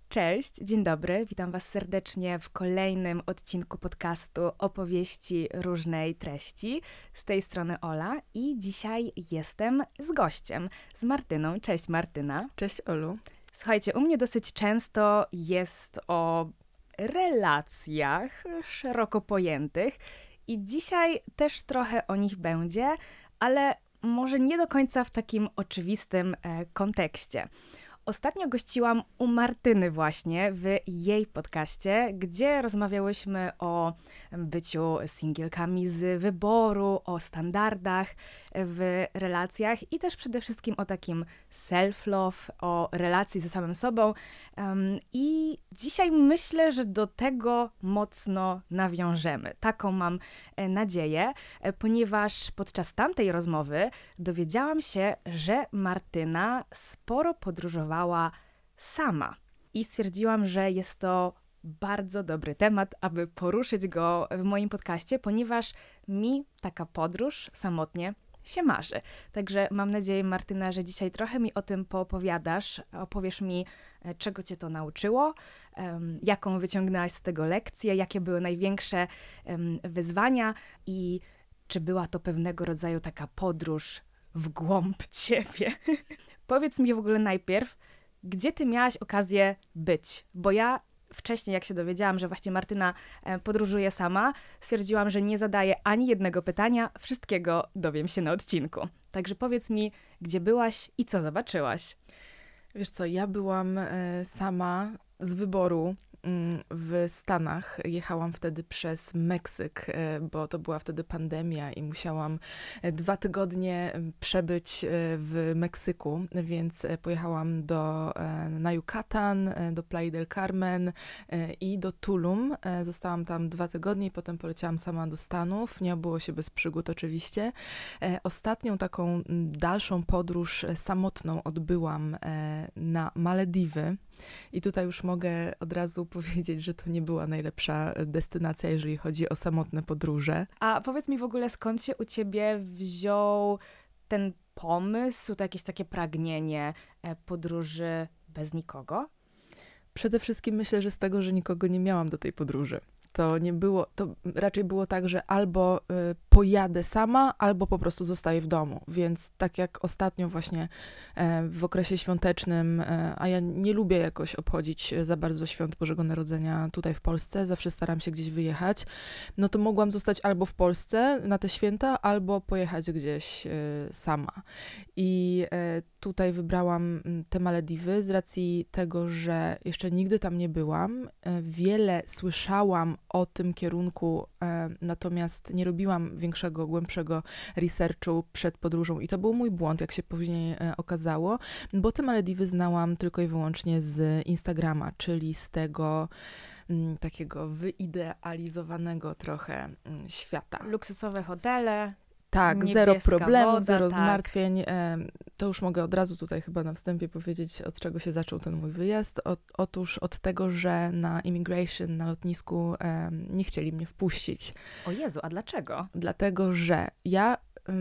Cześć, dzień dobry, witam Was serdecznie w kolejnym odcinku podcastu Opowieści różnej treści. Z tej strony Ola i dzisiaj jestem z gościem, z Martyną. Cześć Martyna. Cześć Olu. Słuchajcie, u mnie dosyć często jest o relacjach szeroko pojętych i dzisiaj też trochę o nich będzie, ale może nie do końca w takim oczywistym kontekście. Ostatnio gościłam u Martyny właśnie w jej podcaście, gdzie rozmawiałyśmy o byciu singielkami z wyboru, o standardach w relacjach i też przede wszystkim o takim self-love, o relacji ze samym sobą. I dzisiaj myślę, że do tego mocno nawiążemy. Taką mam nadzieję, ponieważ podczas tamtej rozmowy dowiedziałam się, że Martyna sporo podróżowała sama. I stwierdziłam, że jest to bardzo dobry temat, aby poruszyć go w moim podcaście, ponieważ mi taka podróż samotnie się marzy. Także mam nadzieję, Martyna, że dzisiaj trochę mi o tym poopowiadasz, opowiesz mi, czego cię to nauczyło, jaką wyciągnęłaś z tego lekcję, jakie były największe wyzwania i czy była to pewnego rodzaju taka podróż w głąb ciebie. Powiedz mi w ogóle najpierw, gdzie ty miałaś okazję być? Bo ja wcześniej, jak się dowiedziałam, że właśnie Martyna podróżuje sama, stwierdziłam, że nie zadaję ani jednego pytania, wszystkiego dowiem się na odcinku. Także powiedz mi, gdzie byłaś i co zobaczyłaś? Wiesz co, ja byłam sama z wyboru w Stanach. Jechałam wtedy przez Meksyk, bo to była wtedy pandemia i musiałam 2 tygodnie przebyć w Meksyku, więc pojechałam na Yucatan, do Playa del Carmen i do Tulum. Zostałam tam 2 tygodnie i potem poleciałam sama do Stanów. Nie obyło się bez przygód oczywiście. Ostatnią taką dalszą podróż samotną odbyłam na Malediwy. I tutaj już mogę od razu powiedzieć, że to nie była najlepsza destynacja, jeżeli chodzi o samotne podróże. A powiedz mi w ogóle, skąd się u ciebie wziął ten pomysł, to jakieś takie pragnienie podróży bez nikogo? Przede wszystkim myślę, że z tego, że nikogo nie miałam do tej podróży. To raczej było tak, że albo pojadę sama, albo po prostu zostaję w domu. Więc tak jak ostatnio właśnie w okresie świątecznym, a ja nie lubię jakoś obchodzić za bardzo świąt Bożego Narodzenia tutaj w Polsce, zawsze staram się gdzieś wyjechać, no to mogłam zostać albo w Polsce na te święta, albo pojechać gdzieś sama. I tutaj wybrałam te Malediwy z racji tego, że jeszcze nigdy tam nie byłam. Wiele słyszałam o tym kierunku, natomiast nie robiłam większego, głębszego researchu przed podróżą i to był mój błąd, jak się później okazało, bo te Malediwy znałam tylko i wyłącznie z Instagrama, czyli z tego takiego wyidealizowanego trochę świata. Luksusowe hotele. Tak, zero problemów, woda, zero tak. zmartwień. To już mogę od razu tutaj chyba na wstępie powiedzieć, od czego się zaczął ten mój wyjazd. Otóż od tego, że na immigration, na lotnisku nie chcieli mnie wpuścić. O Jezu, a dlaczego? Dlatego, że ja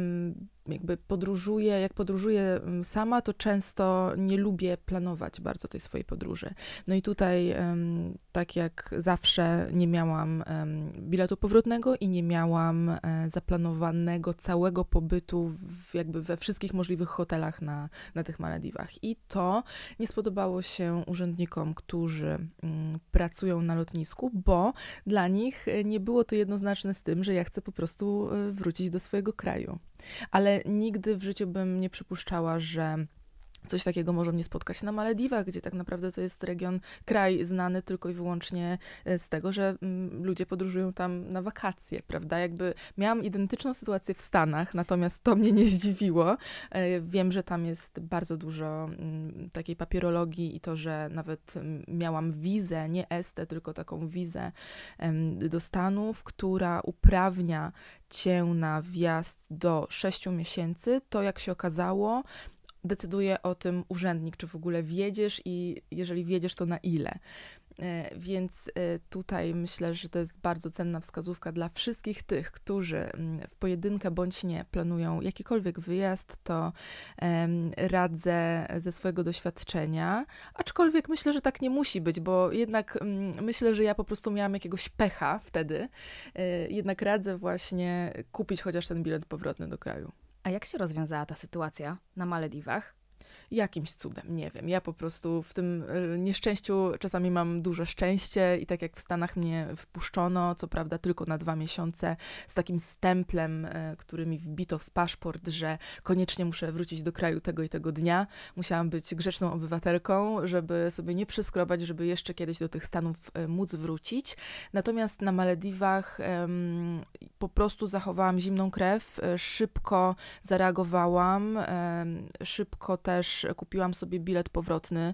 jakby jak podróżuję sama, to często nie lubię planować bardzo tej swojej podróży. No i tutaj, tak jak zawsze, nie miałam biletu powrotnego i nie miałam zaplanowanego całego pobytu jakby we wszystkich możliwych hotelach na tych Malediwach. I to nie spodobało się urzędnikom, którzy pracują na lotnisku, bo dla nich nie było to jednoznaczne z tym, że ja chcę po prostu wrócić do swojego kraju. Ale nigdy w życiu bym nie przypuszczała, że coś takiego może mnie spotkać na Malediwach, gdzie tak naprawdę to jest kraj znany tylko i wyłącznie z tego, że ludzie podróżują tam na wakacje, prawda? Jakby miałam identyczną sytuację w Stanach, natomiast to mnie nie zdziwiło. Wiem, że tam jest bardzo dużo takiej papierologii i to, że nawet miałam wizę, nie ESTę, tylko taką wizę do Stanów, która uprawnia cię na wjazd do 6 miesięcy, to jak się okazało, decyduje o tym urzędnik, czy w ogóle wjedziesz i jeżeli wjedziesz, to na ile. Więc tutaj myślę, że to jest bardzo cenna wskazówka dla wszystkich tych, którzy w pojedynkę bądź nie planują jakikolwiek wyjazd, to radzę ze swojego doświadczenia, aczkolwiek myślę, że tak nie musi być, bo jednak myślę, że ja po prostu miałam jakiegoś pecha wtedy, jednak radzę właśnie kupić chociaż ten bilet powrotny do kraju. A jak się rozwiązała ta sytuacja na Malediwach? Jakimś cudem, nie wiem. Ja po prostu w tym nieszczęściu czasami mam duże szczęście i tak jak w Stanach mnie wpuszczono, co prawda tylko na 2 miesiące, z takim stemplem, który mi wbito w paszport, że koniecznie muszę wrócić do kraju tego i tego dnia. Musiałam być grzeczną obywatelką, żeby sobie nie przyskrobać, żeby jeszcze kiedyś do tych Stanów móc wrócić. Natomiast na Malediwach po prostu zachowałam zimną krew, szybko zareagowałam, szybko też kupiłam sobie bilet powrotny,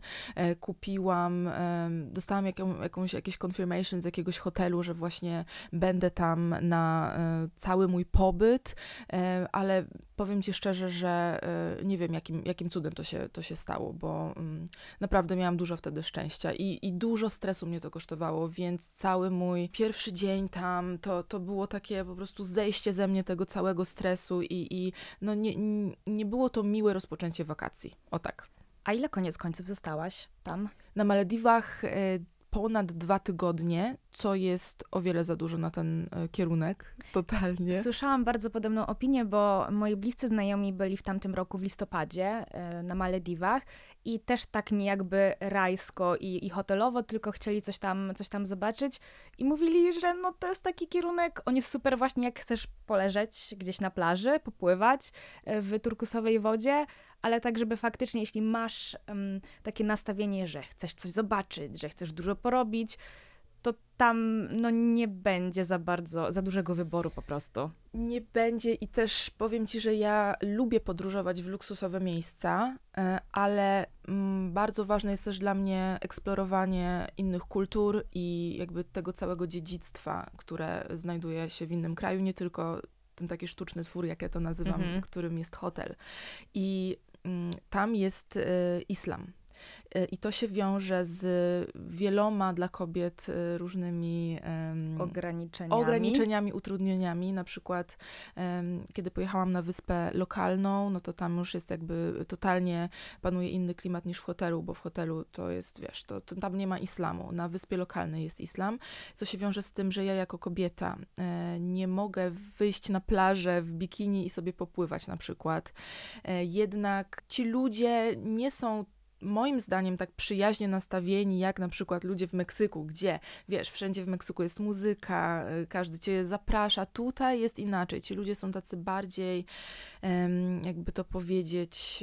dostałam jakieś confirmation z jakiegoś hotelu, że właśnie będę tam na cały mój pobyt, ale powiem ci szczerze, że nie wiem jakim cudem to się stało, bo naprawdę miałam dużo wtedy szczęścia i dużo stresu mnie to kosztowało, więc cały mój pierwszy dzień tam to było takie po prostu zejście ze mnie tego całego stresu i no nie było to miłe rozpoczęcie wakacji. O tak. A ile koniec końców zostałaś tam? Na Malediwach ponad 2 tygodnie, co jest o wiele za dużo na ten kierunek, totalnie. Słyszałam bardzo podobną opinię, bo moi bliscy znajomi byli w tamtym roku w listopadzie na Malediwach i też tak nie jakby rajsko i hotelowo, tylko chcieli coś tam zobaczyć i mówili, że no to jest taki kierunek, on jest super właśnie jak chcesz poleżeć gdzieś na plaży, popływać w turkusowej wodzie, ale tak, żeby faktycznie, jeśli masz takie nastawienie, że chcesz coś zobaczyć, że chcesz dużo porobić, to tam no, nie będzie za dużego wyboru po prostu. Nie będzie i też powiem ci, że ja lubię podróżować w luksusowe miejsca, ale bardzo ważne jest też dla mnie eksplorowanie innych kultur i jakby tego całego dziedzictwa, które znajduje się w innym kraju, nie tylko ten taki sztuczny twór, jak ja to nazywam, którym jest hotel. I tam jest islam. I to się wiąże z wieloma dla kobiet różnymi ograniczeniami, utrudnieniami. Na przykład, kiedy pojechałam na wyspę lokalną, no to tam już jest jakby totalnie panuje inny klimat niż w hotelu, bo w hotelu to jest, wiesz, to tam nie ma islamu. Na wyspie lokalnej jest islam, co się wiąże z tym, że ja jako kobieta nie mogę wyjść na plażę w bikini i sobie popływać na przykład. Jednak ci ludzie nie są moim zdaniem tak przyjaźnie nastawieni, jak na przykład ludzie w Meksyku, gdzie, wiesz, wszędzie w Meksyku jest muzyka, każdy cię zaprasza. Tutaj jest inaczej. Ci ludzie są tacy bardziej, jakby to powiedzieć,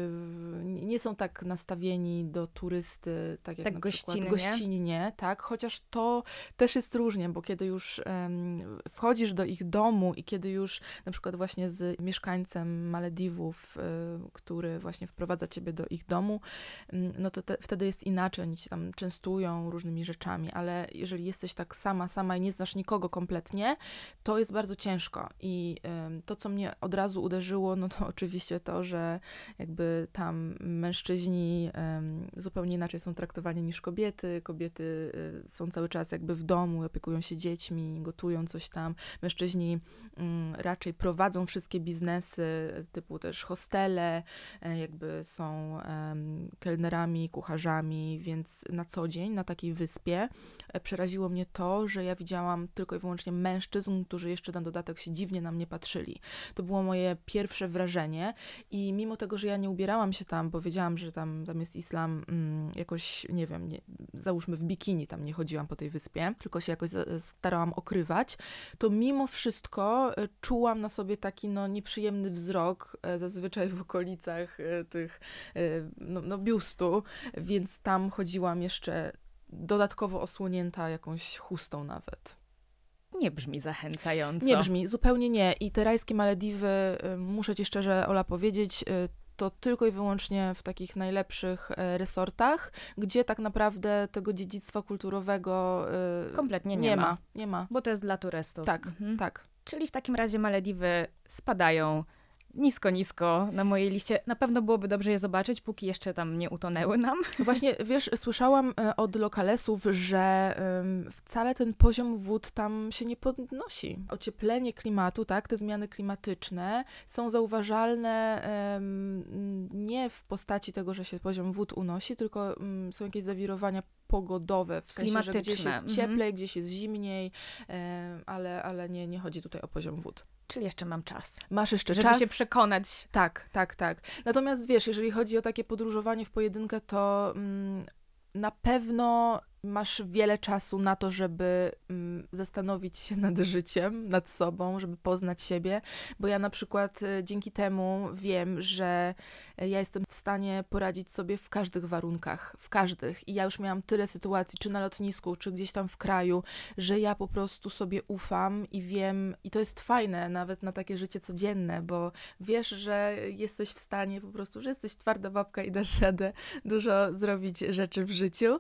nie są tak nastawieni do turysty, tak jak tak na przykład gościnnie, tak? Chociaż to też jest różnie, bo kiedy już wchodzisz do ich domu i kiedy już na przykład właśnie z mieszkańcem Malediwów, który właśnie wprowadza ciebie do ich domu, no to wtedy jest inaczej, oni cię tam częstują różnymi rzeczami, ale jeżeli jesteś tak sama i nie znasz nikogo kompletnie, to jest bardzo ciężko i to, co mnie od razu uderzyło, no to oczywiście to, że jakby tam mężczyźni zupełnie inaczej są traktowani niż kobiety, kobiety są cały czas jakby w domu, opiekują się dziećmi, gotują coś tam, mężczyźni raczej prowadzą wszystkie biznesy, typu też hostele, jakby są kelnerami, kucharzami, więc na co dzień na takiej wyspie przeraziło mnie to, że ja widziałam tylko i wyłącznie mężczyzn, którzy jeszcze na dodatek się dziwnie na mnie patrzyli. To było moje pierwsze wrażenie i mimo tego, że ja nie ubierałam się tam, bo wiedziałam, że tam jest islam, jakoś, nie wiem, załóżmy w bikini tam nie chodziłam po tej wyspie, tylko się jakoś starałam okrywać, to mimo wszystko czułam na sobie taki nieprzyjemny wzrok, zazwyczaj w okolicach tych biustu, więc tam chodziłam jeszcze dodatkowo osłonięta jakąś chustą nawet. Nie brzmi zachęcająco. Nie brzmi, zupełnie nie. I te rajskie Malediwy, muszę ci szczerze, Ola, powiedzieć, to tylko i wyłącznie w takich najlepszych resortach, gdzie tak naprawdę tego dziedzictwa kulturowego kompletnie nie ma. Bo to jest dla turystów. Tak, tak. Czyli w takim razie Malediwy spadają nisko na mojej liście. Na pewno byłoby dobrze je zobaczyć, póki jeszcze tam nie utonęły nam. Właśnie, wiesz, słyszałam od lokalesów, że wcale ten poziom wód tam się nie podnosi. Ocieplenie klimatu, tak, te zmiany klimatyczne są zauważalne nie w postaci tego, że się poziom wód unosi, tylko są jakieś zawirowania pogodowe, w sensie, że gdzieś jest cieplej, gdzieś jest zimniej, ale nie chodzi tutaj o poziom wód. Czyli jeszcze mam czas. Masz jeszcze żeby czas. się przekonać. Tak. Natomiast wiesz, jeżeli chodzi o takie podróżowanie w pojedynkę, to na pewno masz wiele czasu na to, żeby zastanowić się nad życiem, nad sobą, żeby poznać siebie, bo ja na przykład dzięki temu wiem, że ja jestem w stanie poradzić sobie w każdych warunkach, w każdych. I ja już miałam tyle sytuacji, czy na lotnisku, czy gdzieś tam w kraju, że ja po prostu sobie ufam i wiem, i to jest fajne nawet na takie życie codzienne, bo wiesz, że jesteś w stanie po prostu, że jesteś twarda babka i dasz radę dużo zrobić rzeczy w życiu.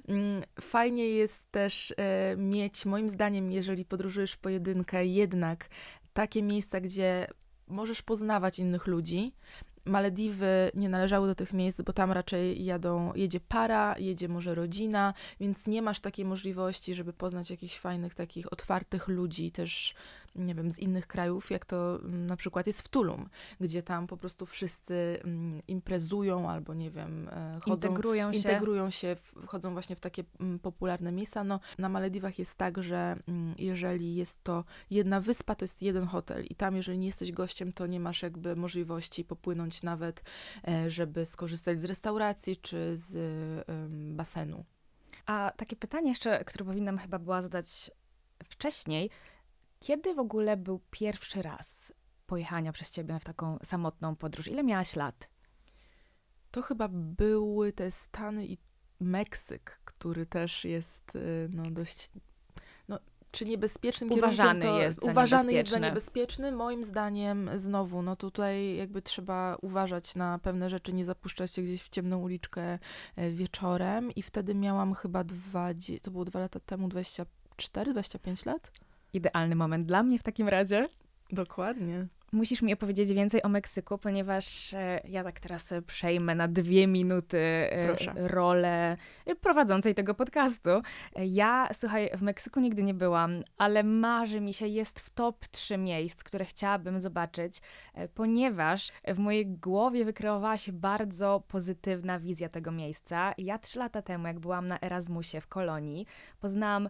Fajnie jest też mieć, moim zdaniem, jeżeli podróżujesz w pojedynkę, jednak takie miejsca, gdzie możesz poznawać innych ludzi. Malediwy nie należały do tych miejsc, bo tam raczej jedzie para, jedzie może rodzina, więc nie masz takiej możliwości, żeby poznać jakichś fajnych, takich otwartych ludzi też, nie wiem, z innych krajów, jak to na przykład jest w Tulum, gdzie tam po prostu wszyscy imprezują albo, nie wiem, integrują się, wchodzą właśnie w takie popularne miejsca. No, na Malediwach jest tak, że jeżeli jest to jedna wyspa, to jest jeden hotel i tam, jeżeli nie jesteś gościem, to nie masz jakby możliwości popłynąć nawet, żeby skorzystać z restauracji czy z basenu. A takie pytanie jeszcze, które powinnam chyba była zadać wcześniej. Kiedy w ogóle był pierwszy raz pojechania przez ciebie w taką samotną podróż? Ile miałaś lat? To chyba były te Stany i Meksyk, który też jest dość... Czy niebezpiecznym uważany kierunkiem, jest za niebezpieczny. Moim zdaniem znowu, no tutaj jakby trzeba uważać na pewne rzeczy, nie zapuszczać się gdzieś w ciemną uliczkę wieczorem i wtedy miałam chyba to było 2 lata temu, 25 lat. Idealny moment dla mnie w takim razie. Dokładnie. Musisz mi opowiedzieć więcej o Meksyku, ponieważ ja tak teraz przejmę na 2 minuty rolę prowadzącej tego podcastu. Ja, słuchaj, w Meksyku nigdy nie byłam, ale marzy mi się, jest w top 3 miejsc, które chciałabym zobaczyć, ponieważ w mojej głowie wykreowała się bardzo pozytywna wizja tego miejsca. Ja 3 lata temu, jak byłam na Erasmusie w Kolonii, poznałam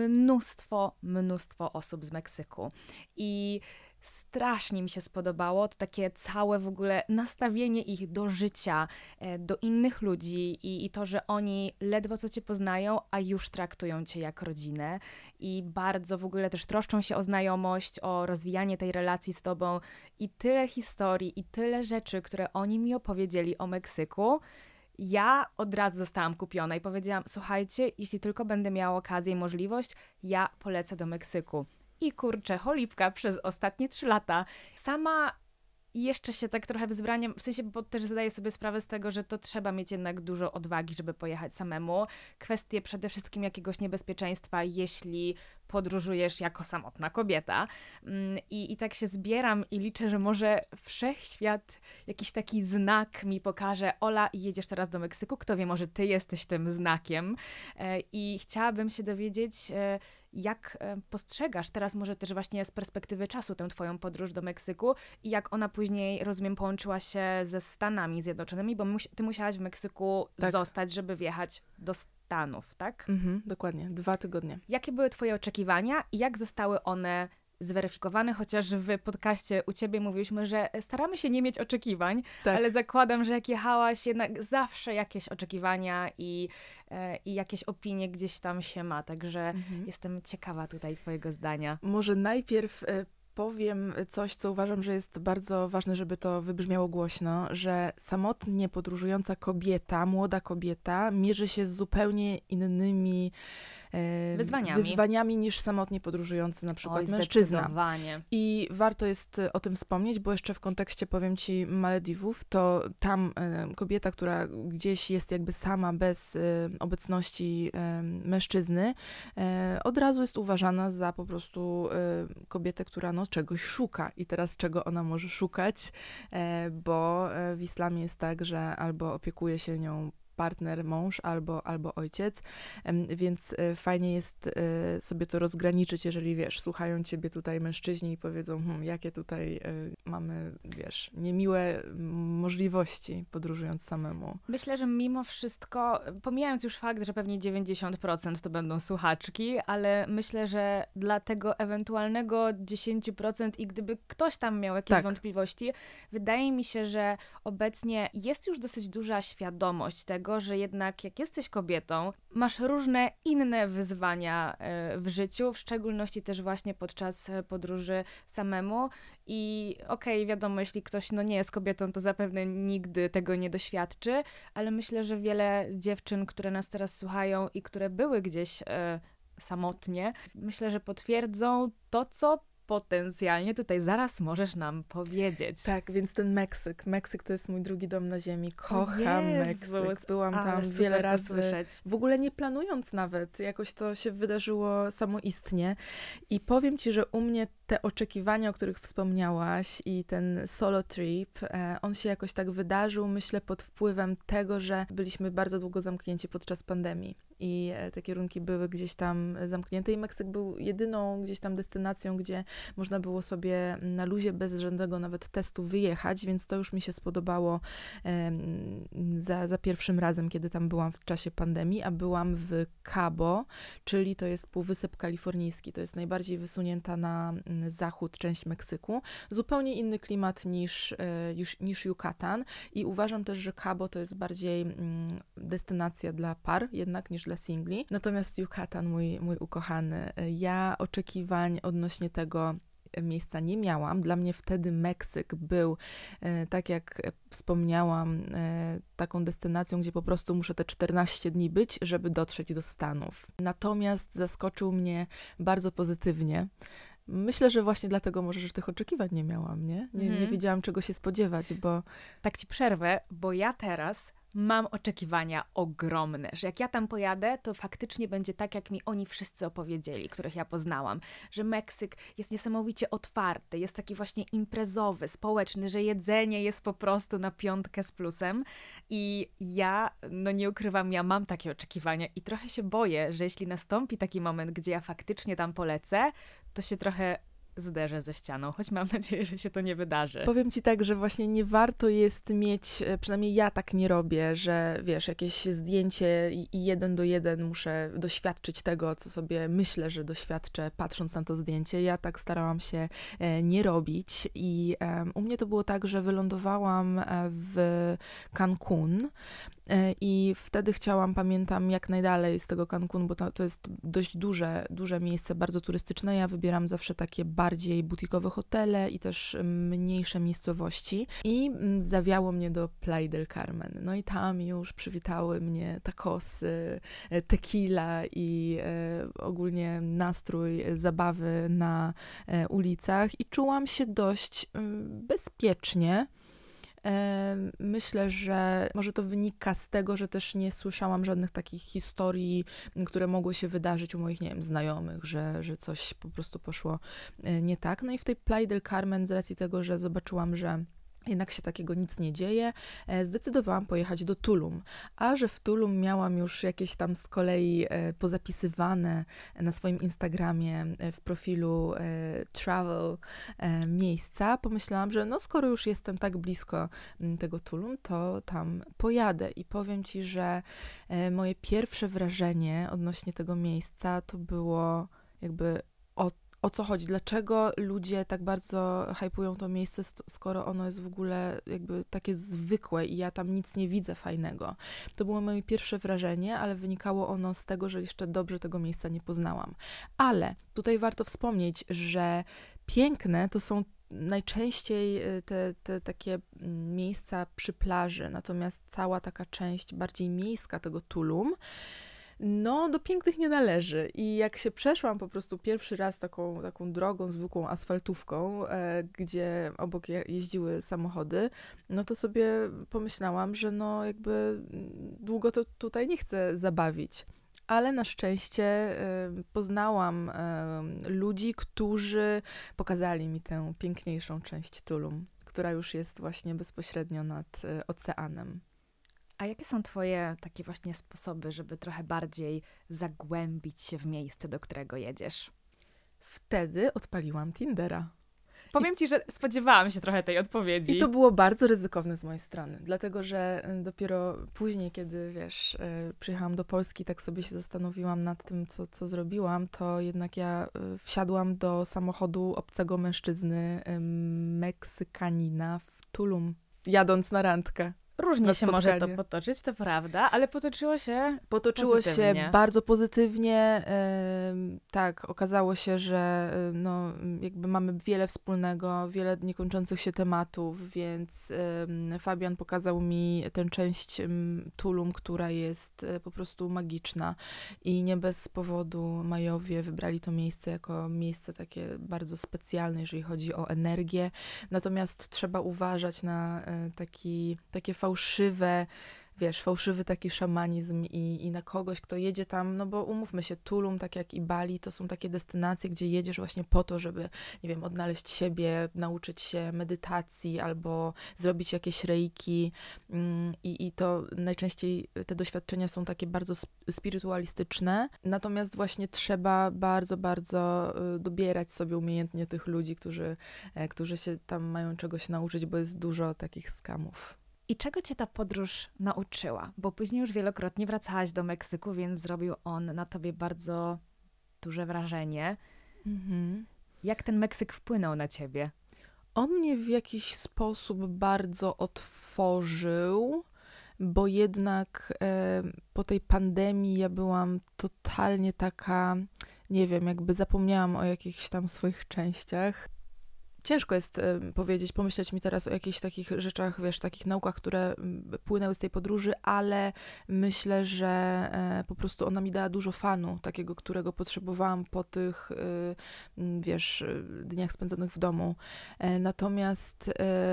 mnóstwo osób z Meksyku i strasznie mi się spodobało to takie całe w ogóle nastawienie ich do życia, do innych ludzi i to, że oni ledwo co cię poznają, a już traktują cię jak rodzinę i bardzo w ogóle też troszczą się o znajomość, o rozwijanie tej relacji z tobą i tyle historii i tyle rzeczy, które oni mi opowiedzieli o Meksyku. Ja od razu zostałam kupiona i powiedziałam, słuchajcie, jeśli tylko będę miała okazję i możliwość, ja polecę do Meksyku. I kurczę, cholipka przez ostatnie 3 lata. Sama jeszcze się tak trochę wzbraniam, w sensie, bo też zdaję sobie sprawę z tego, że to trzeba mieć jednak dużo odwagi, żeby pojechać samemu. Kwestie przede wszystkim jakiegoś niebezpieczeństwa, jeśli podróżujesz jako samotna kobieta. I tak się zbieram i liczę, że może wszechświat jakiś taki znak mi pokaże. Ola, jedziesz teraz do Meksyku, kto wie, może ty jesteś tym znakiem. I chciałabym się dowiedzieć, jak postrzegasz teraz może też właśnie z perspektywy czasu tę twoją podróż do Meksyku i jak ona później, rozumiem, połączyła się ze Stanami Zjednoczonymi, bo ty musiałaś w Meksyku zostać, żeby wjechać do Stanów, tak? Dokładnie, 2 tygodnie. Jakie były twoje oczekiwania i jak zostały one zweryfikowane, chociaż w podcaście u ciebie mówiliśmy, że staramy się nie mieć oczekiwań, ale zakładam, że jak jechałaś, jednak zawsze jakieś oczekiwania i jakieś opinie gdzieś tam się ma, także jestem ciekawa tutaj twojego zdania. Może najpierw powiem coś, co uważam, że jest bardzo ważne, żeby to wybrzmiało głośno, że samotnie podróżująca kobieta, młoda kobieta, mierzy się z zupełnie innymi wyzwaniami niż samotnie podróżujący na przykład Oj, mężczyzna. zdecydowanie. I warto jest o tym wspomnieć, bo jeszcze w kontekście, powiem ci, Malediwów, to tam kobieta, która gdzieś jest jakby sama, bez obecności mężczyzny, od razu jest uważana za po prostu kobietę, która no, czegoś szuka. I teraz czego ona może szukać, bo w islamie jest tak, że albo opiekuje się nią partner, mąż albo ojciec, więc fajnie jest sobie to rozgraniczyć, jeżeli wiesz, słuchają ciebie tutaj mężczyźni i powiedzą, jakie tutaj mamy, wiesz, niemiłe możliwości podróżując samemu. Myślę, że mimo wszystko, pomijając już fakt, że pewnie 90% to będą słuchaczki, ale myślę, że dla tego ewentualnego 10% i gdyby ktoś tam miał jakieś wątpliwości, wydaje mi się, że obecnie jest już dosyć duża świadomość tego, że jednak jak jesteś kobietą, masz różne inne wyzwania w życiu, w szczególności też właśnie podczas podróży samemu i okej, wiadomo, jeśli ktoś no, nie jest kobietą, to zapewne nigdy tego nie doświadczy, ale myślę, że wiele dziewczyn, które nas teraz słuchają i które były gdzieś samotnie, myślę, że potwierdzą to, co potencjalnie tutaj zaraz możesz nam powiedzieć. Tak, więc ten Meksyk to jest mój drugi dom na ziemi. Kocham Meksyk. Byłam tam wiele razy. W ogóle nie planując nawet. Jakoś to się wydarzyło samoistnie. I powiem ci, że u mnie te oczekiwania, o których wspomniałaś i ten solo trip, on się jakoś tak wydarzył, myślę, pod wpływem tego, że byliśmy bardzo długo zamknięci podczas pandemii. I te kierunki były gdzieś tam zamknięte i Meksyk był jedyną gdzieś tam destynacją, gdzie można było sobie na luzie bez żadnego nawet testu wyjechać, więc to już mi się spodobało za pierwszym razem, kiedy tam byłam w czasie pandemii, a byłam w Cabo, czyli to jest Półwysep Kalifornijski, to jest najbardziej wysunięta na zachód część Meksyku. Zupełnie inny klimat niż Yucatan i uważam też, że Cabo to jest bardziej destynacja dla par jednak niż dla singli. Natomiast Yucatan, mój ukochany, ja oczekiwań odnośnie tego miejsca nie miałam. Dla mnie wtedy Meksyk był, tak jak wspomniałam, taką destynacją, gdzie po prostu muszę te 14 dni być, żeby dotrzeć do Stanów. Natomiast zaskoczył mnie bardzo pozytywnie. Myślę, że właśnie dlatego może, że tych oczekiwań nie miałam, nie? Nie wiedziałam, czego się spodziewać, bo... Tak ci przerwę, bo ja teraz mam oczekiwania ogromne, że jak ja tam pojadę, to faktycznie będzie tak, jak mi oni wszyscy opowiedzieli, których ja poznałam, że Meksyk jest niesamowicie otwarty, jest taki właśnie imprezowy, społeczny, że jedzenie jest po prostu na 5 z plusem i ja, no nie ukrywam, ja mam takie oczekiwania i trochę się boję, że jeśli nastąpi taki moment, gdzie ja faktycznie tam polecę, to się trochę zderzę ze ścianą, choć mam nadzieję, że się to nie wydarzy. Powiem ci tak, że właśnie nie warto jest mieć, przynajmniej ja tak nie robię, że wiesz, jakieś zdjęcie i 1 do 1 muszę doświadczyć tego, co sobie myślę, że doświadczę, patrząc na to zdjęcie. Ja tak starałam się nie robić i u mnie to było tak, że wylądowałam w Cancun i wtedy chciałam, pamiętam, jak najdalej z tego Cancun, bo to jest dość duże miejsce, bardzo turystyczne. Ja wybieram zawsze takie bardziej butikowe hotele i też mniejsze miejscowości. I zawiało mnie do Playa del Carmen. No i tam już przywitały mnie tacosy, tequila i ogólnie nastrój zabawy na ulicach. I czułam się dość bezpiecznie. Myślę, że może to wynika z tego, że też nie słyszałam żadnych takich historii, które mogły się wydarzyć u moich, nie wiem, znajomych, że coś po prostu poszło nie tak. No i w tej Playa del Carmen, z racji tego, że zobaczyłam, że jednak się takiego nic nie dzieje, zdecydowałam pojechać do Tulum. A że w Tulum miałam już jakieś tam z kolei pozapisywane na swoim Instagramie w profilu travel miejsca, pomyślałam, że no skoro już jestem tak blisko tego Tulum, to tam pojadę. I powiem ci, że moje pierwsze wrażenie odnośnie tego miejsca to było jakby o co chodzi? Dlaczego ludzie tak bardzo hypują to miejsce, skoro ono jest w ogóle jakby takie zwykłe i ja tam nic nie widzę fajnego? To było moje pierwsze wrażenie, ale wynikało ono z tego, że jeszcze dobrze tego miejsca nie poznałam. Ale tutaj warto wspomnieć, że piękne to są najczęściej te takie miejsca przy plaży, natomiast cała taka część bardziej miejska tego Tulum No, do pięknych nie należy. I jak się przeszłam po prostu pierwszy raz taką drogą, zwykłą asfaltówką, gdzie obok jeździły samochody, no to sobie pomyślałam, że no jakby długo to tutaj nie chcę zabawić. Ale na szczęście poznałam ludzi, którzy pokazali mi tę piękniejszą część Tulum, która już jest właśnie bezpośrednio nad oceanem. A jakie są twoje takie właśnie sposoby, żeby trochę bardziej zagłębić się w miejsce, do którego jedziesz? Wtedy odpaliłam Tindera. Powiem ci, że spodziewałam się trochę tej odpowiedzi. I to było bardzo ryzykowne z mojej strony, dlatego że dopiero później, kiedy wiesz, przyjechałam do Polski, tak sobie się zastanowiłam nad tym, co zrobiłam, to jednak ja wsiadłam do samochodu obcego mężczyzny, Meksykanina w Tulum, jadąc na randkę. Różnie się może to potoczyć, to prawda, ale potoczyło się pozytywnie. Bardzo pozytywnie. Tak, okazało się, że no, jakby mamy wiele wspólnego, wiele niekończących się tematów, więc Fabian pokazał mi tę część Tulum, która jest po prostu magiczna i nie bez powodu Majowie wybrali to miejsce jako miejsce takie bardzo specjalne, jeżeli chodzi o energię. Natomiast trzeba uważać na takie fałszywy taki szamanizm i na kogoś, kto jedzie tam, no bo umówmy się, Tulum, tak jak i Bali, to są takie destynacje, gdzie jedziesz właśnie po to, żeby, nie wiem, odnaleźć siebie, nauczyć się medytacji albo zrobić jakieś reiki i to najczęściej te doświadczenia są takie bardzo spirytualistyczne, natomiast właśnie trzeba bardzo, bardzo dobierać sobie umiejętnie tych ludzi, którzy się tam mają czegoś nauczyć, bo jest dużo takich skamów. I czego cię ta podróż nauczyła? Bo później już wielokrotnie wracałaś do Meksyku, więc zrobił on na tobie bardzo duże wrażenie. Jak ten Meksyk wpłynął na ciebie? On mnie w jakiś sposób bardzo otworzył, bo jednak po tej pandemii ja byłam totalnie taka, nie wiem, jakby zapomniałam o jakichś tam swoich częściach. Ciężko jest pomyśleć mi teraz o jakichś takich rzeczach, wiesz, takich naukach, które płynęły z tej podróży, ale myślę, że po prostu ona mi dała dużo fanu, takiego, którego potrzebowałam po tych, wiesz, dniach spędzonych w domu. Natomiast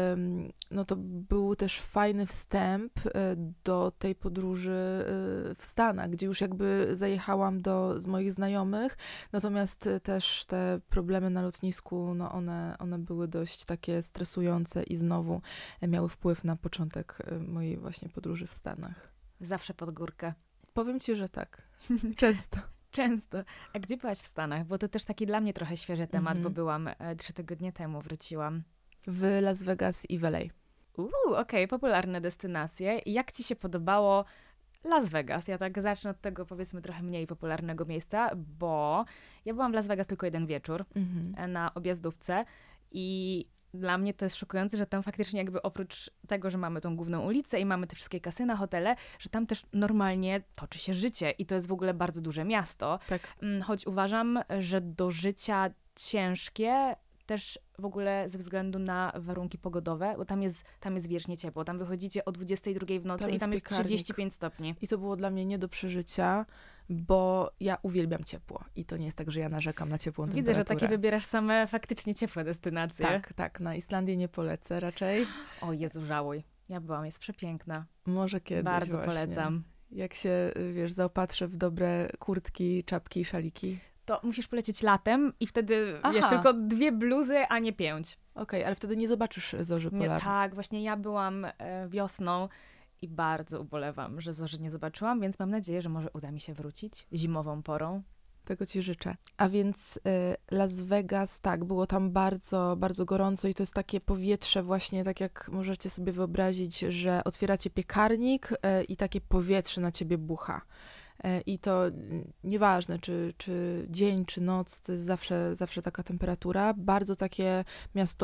no to był też fajny wstęp do tej podróży w Stanach, gdzie już jakby zajechałam z moich znajomych, natomiast też te problemy na lotnisku, no one były dość takie stresujące i znowu miały wpływ na początek mojej właśnie podróży w Stanach. Zawsze pod górkę. Powiem ci, że tak. Często. Często. A gdzie byłaś w Stanach? Bo to też taki dla mnie trochę świeży temat, bo byłam 3 tygodnie temu, wróciłam. W Las Vegas i w LA. Okej, popularne destynacje. Jak ci się podobało Las Vegas? Ja tak zacznę od tego, powiedzmy, trochę mniej popularnego miejsca, bo ja byłam w Las Vegas tylko jeden wieczór na objazdówce i dla mnie to jest szokujące, że tam faktycznie jakby oprócz tego, że mamy tą główną ulicę i mamy te wszystkie kasyna, hotele, że tam też normalnie toczy się życie i to jest w ogóle bardzo duże miasto. Tak. Choć uważam, że do życia ciężkie też w ogóle ze względu na warunki pogodowe, bo tam jest wiecznie ciepło. Tam wychodzicie o 22 w nocy i tam jest 35 stopni. I to było dla mnie nie do przeżycia, bo ja uwielbiam ciepło. I to nie jest tak, że ja narzekam na ciepłą temperaturę. Widzę, że takie wybierasz same faktycznie ciepłe destynacje. Tak. Na Islandię nie polecę raczej. O Jezu, żałuj. Ja byłam, jest przepiękna. Może kiedyś Bardzo właśnie. polecam. Jak się, wiesz, zaopatrzę w dobre kurtki, czapki i szaliki. To musisz polecieć latem i wtedy, wiesz, tylko 2 bluzy, a nie 5. Okej, ale wtedy nie zobaczysz zorzy polarnej. Tak, właśnie ja byłam wiosną i bardzo ubolewam, że zorzy nie zobaczyłam, więc mam nadzieję, że może uda mi się wrócić zimową porą. Tego ci życzę. A więc Las Vegas, tak, było tam bardzo, bardzo gorąco i to jest takie powietrze właśnie, tak jak możecie sobie wyobrazić, że otwieracie piekarnik i takie powietrze na ciebie bucha. I to nieważne, czy dzień, czy noc, to jest zawsze taka temperatura. Bardzo takie miasto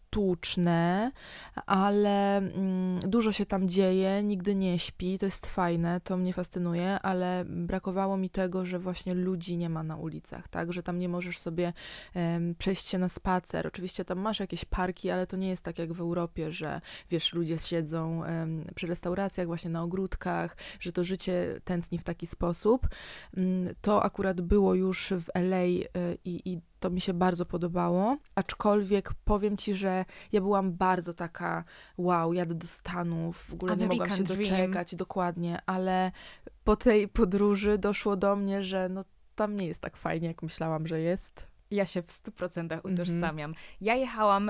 sztuczne, ale dużo się tam dzieje, nigdy nie śpi, to jest fajne, to mnie fascynuje, ale brakowało mi tego, że właśnie ludzi nie ma na ulicach, tak, że tam nie możesz sobie przejść się na spacer. Oczywiście tam masz jakieś parki, ale to nie jest tak jak w Europie, że wiesz, ludzie siedzą przy restauracjach, właśnie na ogródkach, że to życie tętni w taki sposób. To akurat było już w LA i to mi się bardzo podobało, aczkolwiek powiem ci, że ja byłam bardzo taka, wow, jadę do Stanów, w ogóle nie mogłam się doczekać, dokładnie, ale po tej podróży doszło do mnie, że no tam nie jest tak fajnie, jak myślałam, że jest. Ja się w 100% utożsamiam. Ja jechałam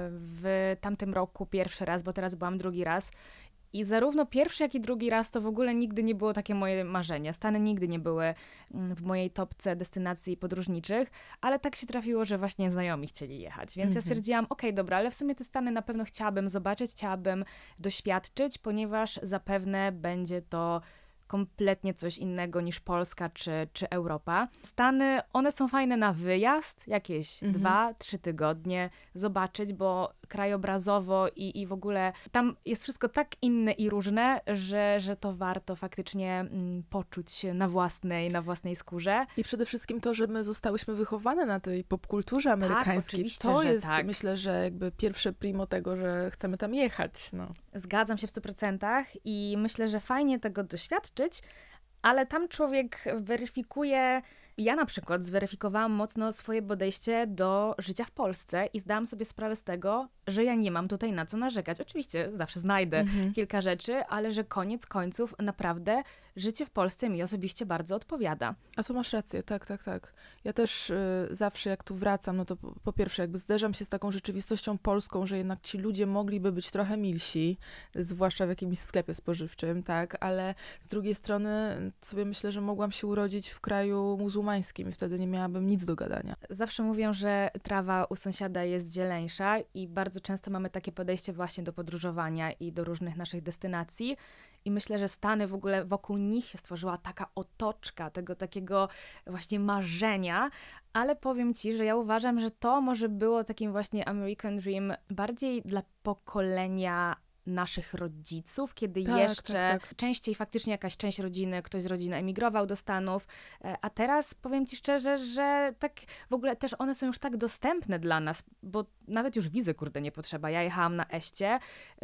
w tamtym roku pierwszy raz, bo teraz byłam drugi raz. I zarówno pierwszy, jak i drugi raz to w ogóle nigdy nie było takie moje marzenie. Stany nigdy nie były w mojej topce destynacji podróżniczych, ale tak się trafiło, że właśnie znajomi chcieli jechać. Więc ja stwierdziłam, okej, dobra, ale w sumie te Stany na pewno chciałabym zobaczyć, chciałabym doświadczyć, ponieważ zapewne będzie to kompletnie coś innego niż Polska czy Europa. Stany, one są fajne na wyjazd, jakieś 2-3 tygodnie, zobaczyć, bo krajobrazowo i w ogóle tam jest wszystko tak inne i różne, że to warto faktycznie poczuć na własnej skórze. I przede wszystkim to, że my zostałyśmy wychowane na tej popkulturze amerykańskiej. Tak, oczywiście, to że jest, tak. myślę, że jakby pierwsze primo tego, że chcemy tam jechać. No. Zgadzam się w 100% i myślę, że fajnie tego doświadczyć, ale tam człowiek weryfikuje. Ja na przykład zweryfikowałam mocno swoje podejście do życia w Polsce i zdałam sobie sprawę z tego, że ja nie mam tutaj na co narzekać. Oczywiście zawsze znajdę kilka rzeczy, ale że koniec końców naprawdę życie w Polsce mi osobiście bardzo odpowiada. A to masz rację, tak. Ja też zawsze jak tu wracam, no to po pierwsze jakby zderzam się z taką rzeczywistością polską, że jednak ci ludzie mogliby być trochę milsi, zwłaszcza w jakimś sklepie spożywczym, tak, ale z drugiej strony sobie myślę, że mogłam się urodzić w kraju muzułmańskim i wtedy nie miałabym nic do gadania. Zawsze mówią, że trawa u sąsiada jest zieleńsza i bardzo często mamy takie podejście właśnie do podróżowania i do różnych naszych destynacji. I myślę, że Stany w ogóle wokół nich się stworzyła taka otoczka tego takiego właśnie marzenia, ale powiem ci, że ja uważam, że to może było takim właśnie American Dream bardziej dla pokolenia naszych rodziców, kiedy jeszcze częściej faktycznie jakaś część rodziny, ktoś z rodziny emigrował do Stanów, a teraz powiem ci szczerze, że tak w ogóle też one są już tak dostępne dla nas, bo nawet już wizy, nie potrzeba. Ja jechałam na Eście,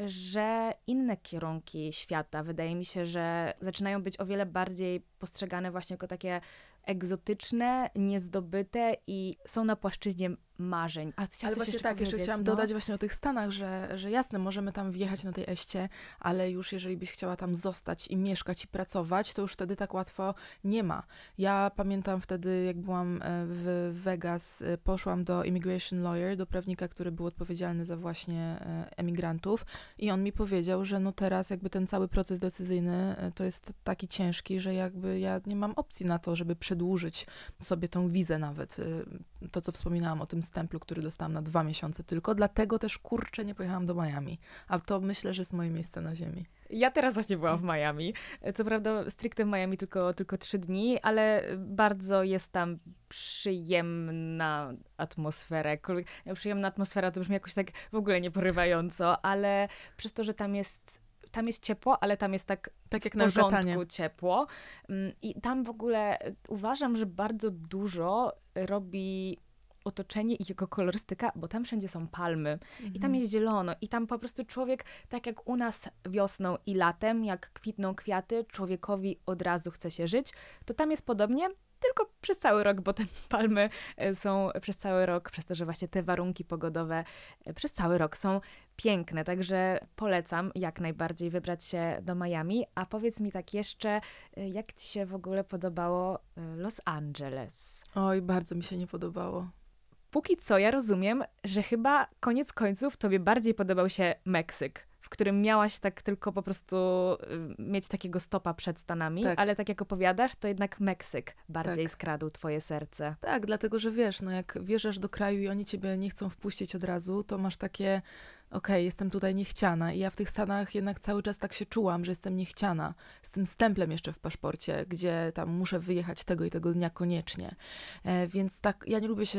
że inne kierunki świata, wydaje mi się, że zaczynają być o wiele bardziej postrzegane właśnie jako takie egzotyczne, niezdobyte i są na płaszczyźnie marzeń. Ale właśnie tak, jeszcze chciałam dodać właśnie o tych Stanach, że jasne, możemy tam wjechać na tej Eście, ale już jeżeli byś chciała tam zostać i mieszkać i pracować, to już wtedy tak łatwo nie ma. Ja pamiętam wtedy, jak byłam w Vegas, poszłam do immigration lawyer, do prawnika, który był odpowiedzialny za właśnie emigrantów i on mi powiedział, że no teraz jakby ten cały proces decyzyjny to jest taki ciężki, że jakby ja nie mam opcji na to, żeby przedłużyć sobie tą wizę nawet. To, co wspominałam o tym stemplu, który dostałam na 2 miesiące tylko, dlatego też nie pojechałam do Miami. A to myślę, że jest moje miejsce na ziemi. Ja teraz właśnie byłam w Miami. Co prawda stricte w Miami tylko 3 dni, ale bardzo jest tam przyjemna atmosfera. Przyjemna atmosfera to brzmi jakoś tak w ogóle nieporywająco, ale przez to, że tam jest ciepło, ale tam jest tak jak w porządku ciepło. I tam w ogóle uważam, że bardzo dużo robi otoczenie i jego kolorystyka, bo tam wszędzie są palmy i tam jest zielono i tam po prostu człowiek, tak jak u nas wiosną i latem, jak kwitną kwiaty, człowiekowi od razu chce się żyć, to tam jest podobnie, tylko przez cały rok, bo te palmy są przez cały rok, przez to, że właśnie te warunki pogodowe przez cały rok są piękne, także polecam jak najbardziej wybrać się do Miami. A powiedz mi tak jeszcze, jak ci się w ogóle podobało Los Angeles? Oj, bardzo mi się nie podobało. Póki co ja rozumiem, że chyba koniec końców tobie bardziej podobał się Meksyk, w którym miałaś tak tylko po prostu mieć takiego stopa przed Stanami, ale tak jak opowiadasz, to jednak Meksyk bardziej skradł twoje serce. Tak, dlatego, że wiesz, no jak wjeżdżasz do kraju i oni ciebie nie chcą wpuścić od razu, to masz takie, okej, jestem tutaj niechciana i ja w tych Stanach jednak cały czas tak się czułam, że jestem niechciana, z tym stemplem jeszcze w paszporcie, gdzie tam muszę wyjechać tego i tego dnia koniecznie, więc tak, ja nie lubię się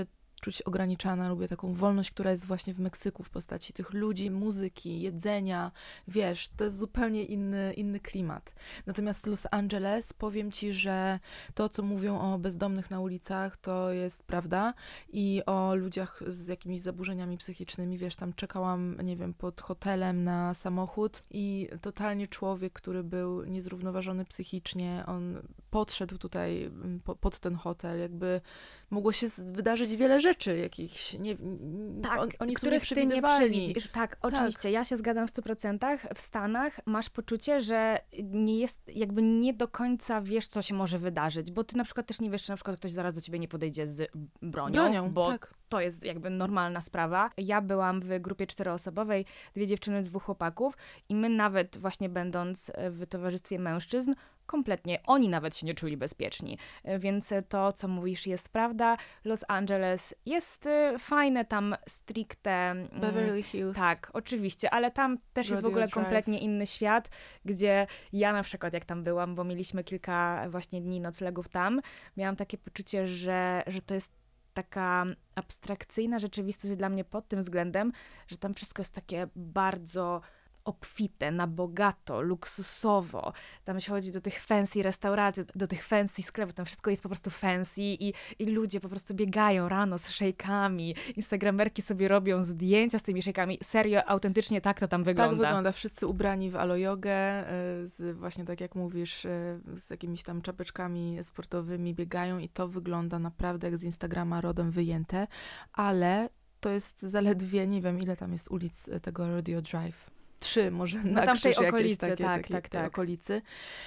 czuć ograniczana, lubię taką wolność, która jest właśnie w Meksyku w postaci tych ludzi, muzyki, jedzenia, wiesz, to jest zupełnie inny klimat. Natomiast Los Angeles, powiem ci, że to, co mówią o bezdomnych na ulicach, to jest prawda i o ludziach z jakimiś zaburzeniami psychicznymi, wiesz, tam czekałam, nie wiem, pod hotelem na samochód i totalnie człowiek, który był niezrównoważony psychicznie, on podszedł tutaj pod ten hotel, jakby mogło się wydarzyć wiele rzeczy jakichś, tak, oni są których ty nie nieprzewidywalni. przewidzisz. Tak, oczywiście, ja się zgadzam w 100%. W Stanach masz poczucie, że nie jest, jakby nie do końca wiesz, co się może wydarzyć, bo ty na przykład też nie wiesz, czy na przykład ktoś zaraz do ciebie nie podejdzie z bronią, bo tak. to jest jakby normalna sprawa. Ja byłam w grupie 4-osobowej, 2 dziewczyny, 2 chłopaków i my nawet właśnie będąc w towarzystwie mężczyzn, kompletnie, oni nawet się nie czuli bezpieczni. Więc to, co mówisz, jest prawda. Los Angeles jest fajne, tam stricte... Beverly Hills. Tak, oczywiście, ale tam też jest w ogóle kompletnie inny świat, gdzie ja na przykład, jak tam byłam, bo mieliśmy kilka właśnie dni noclegów tam, miałam takie poczucie, że to jest taka abstrakcyjna rzeczywistość dla mnie pod tym względem, że tam wszystko jest takie bardzo obfite, na bogato, luksusowo. Tam się chodzi do tych fancy restauracji, do tych fancy sklepów, tam wszystko jest po prostu fancy i ludzie po prostu biegają rano z szejkami, instagramerki sobie robią zdjęcia z tymi szejkami. Serio, autentycznie tak to tam wygląda. Tak wygląda. Wszyscy ubrani w alojogę, z właśnie tak jak mówisz, z jakimiś tam czapeczkami sportowymi biegają i to wygląda naprawdę jak z Instagrama rodem wyjęte, ale to jest zaledwie, nie wiem ile tam jest ulic tego Rodeo Drive. 3 może na tam krzyż tej jakieś okolicy, takie, tak. okolicy.